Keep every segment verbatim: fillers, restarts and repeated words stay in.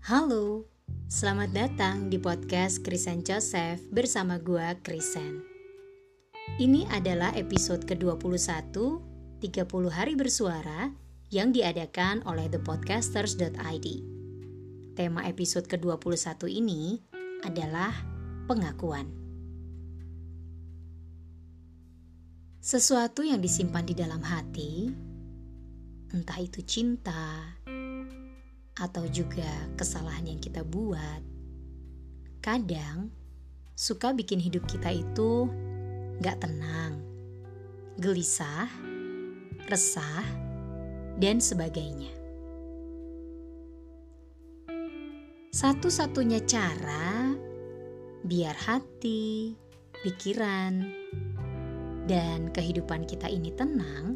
Halo, selamat datang di podcast Krisen Joseph bersama gua Krisen. Ini adalah episode ke dua puluh satu, tiga puluh hari bersuara yang diadakan oleh the podcasters dot i d. Tema episode ke dua puluh satu ini adalah pengakuan. Sesuatu yang disimpan di dalam hati, entah itu cinta atau juga kesalahan yang kita buat, kadang suka bikin hidup kita itu gak tenang, gelisah, resah, dan sebagainya. Satu-satunya cara biar hati, pikiran, dan kehidupan kita ini tenang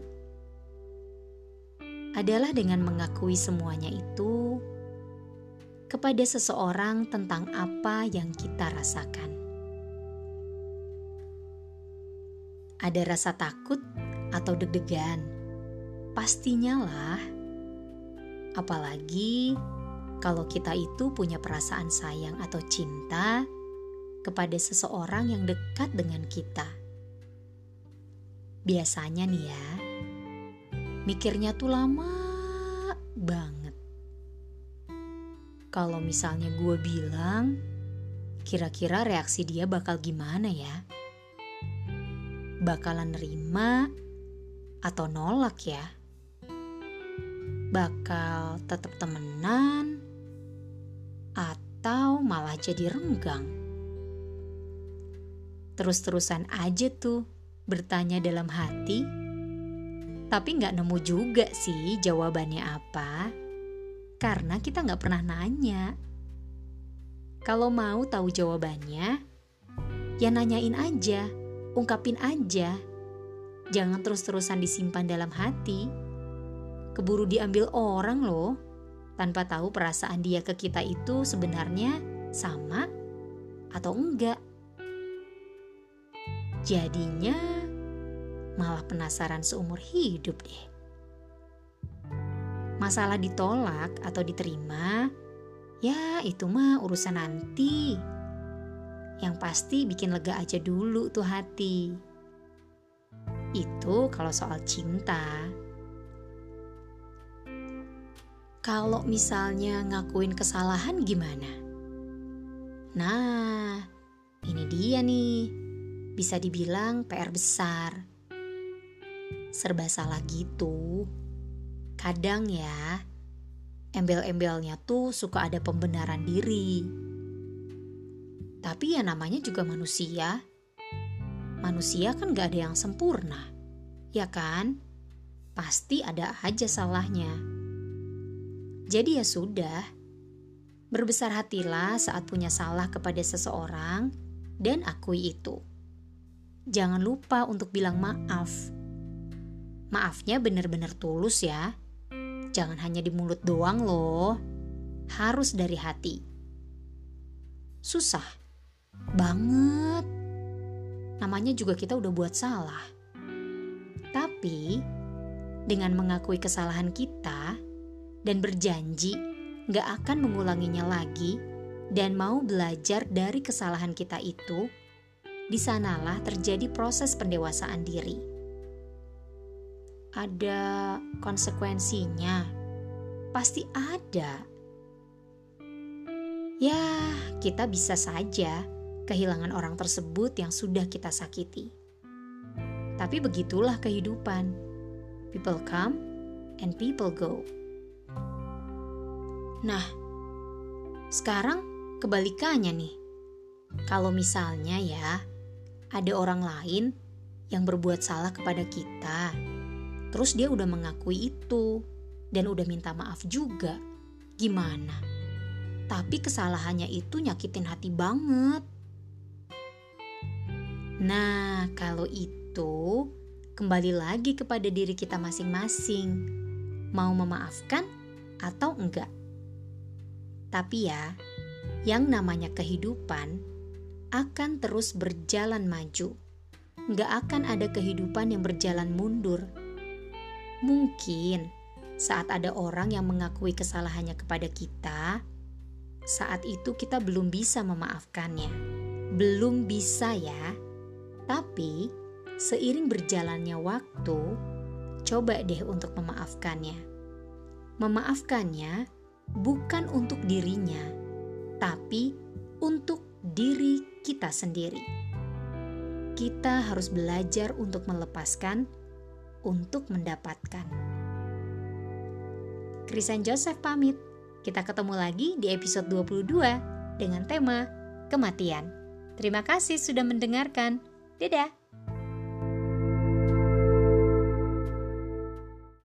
adalah dengan mengakui semuanya itu kepada seseorang tentang apa yang kita rasakan. Ada rasa takut atau deg-degan? Pastinya lah. Apalagi kalau kita itu punya perasaan sayang atau cinta kepada seseorang yang dekat dengan kita. Biasanya nih ya, mikirnya tuh lama banget. Kalau misalnya gue bilang, kira-kira reaksi dia bakal gimana ya? Bakalan nerima atau nolak ya? Bakal tetap temenan atau malah jadi renggang? Terus-terusan aja tuh bertanya dalam hati, tapi gak nemu juga sih jawabannya apa, karena kita gak pernah nanya. Kalau mau tahu jawabannya, ya nanyain aja, ungkapin aja. Jangan terus-terusan disimpan dalam hati. Keburu diambil orang loh, tanpa tahu perasaan dia ke kita itu sebenarnya sama atau enggak. Jadinya malah penasaran seumur hidup deh. Masalah ditolak atau diterima, ya itu mah urusan nanti. Yang pasti bikin lega aja dulu tuh hati. Itu kalau soal cinta. Kalau misalnya ngakuin kesalahan gimana? Nah, ini dia nih. Bisa dibilang P R besar. Serba salah gitu. Kadang ya, embel-embelnya tuh suka ada pembenaran diri. Tapi ya namanya juga manusia. Manusia kan gak ada yang sempurna, ya kan? Pasti ada aja salahnya. Jadi ya sudah, berbesar hatilah saat punya salah kepada seseorang dan akui itu. Jangan lupa untuk bilang maaf. Maafnya benar-benar tulus ya. Jangan hanya di mulut doang loh. Harus dari hati. Susah banget. Namanya juga kita udah buat salah. Tapi dengan mengakui kesalahan kita dan berjanji gak akan mengulanginya lagi dan mau belajar dari kesalahan kita itu, di sanalah terjadi proses pendewasaan diri. Ada konsekuensinya, pasti ada. Ya, kita bisa saja kehilangan orang tersebut yang sudah kita sakiti. Tapi begitulah kehidupan. People come and people go. Nah, sekarang kebalikannya nih. Kalau misalnya ya, ada orang lain yang berbuat salah kepada kita, terus dia udah mengakui itu dan udah minta maaf juga. Gimana? Tapi kesalahannya itu nyakitin hati banget. Nah, kalau itu kembali lagi kepada diri kita masing-masing. Mau memaafkan atau enggak? Tapi ya, yang namanya kehidupan akan terus berjalan maju. Nggak akan ada kehidupan yang berjalan mundur. Mungkin saat ada orang yang mengakui kesalahannya kepada kita, saat itu kita belum bisa memaafkannya. Belum bisa ya. Tapi seiring berjalannya waktu, coba deh untuk memaafkannya. Memaafkannya bukan untuk dirinya, tapi untuk diri kita sendiri. Kita harus belajar untuk melepaskan, untuk mendapatkan. Krisan Joseph pamit. Kita ketemu lagi di episode dua puluh dua dengan tema kematian. Terima kasih sudah mendengarkan. Dadah.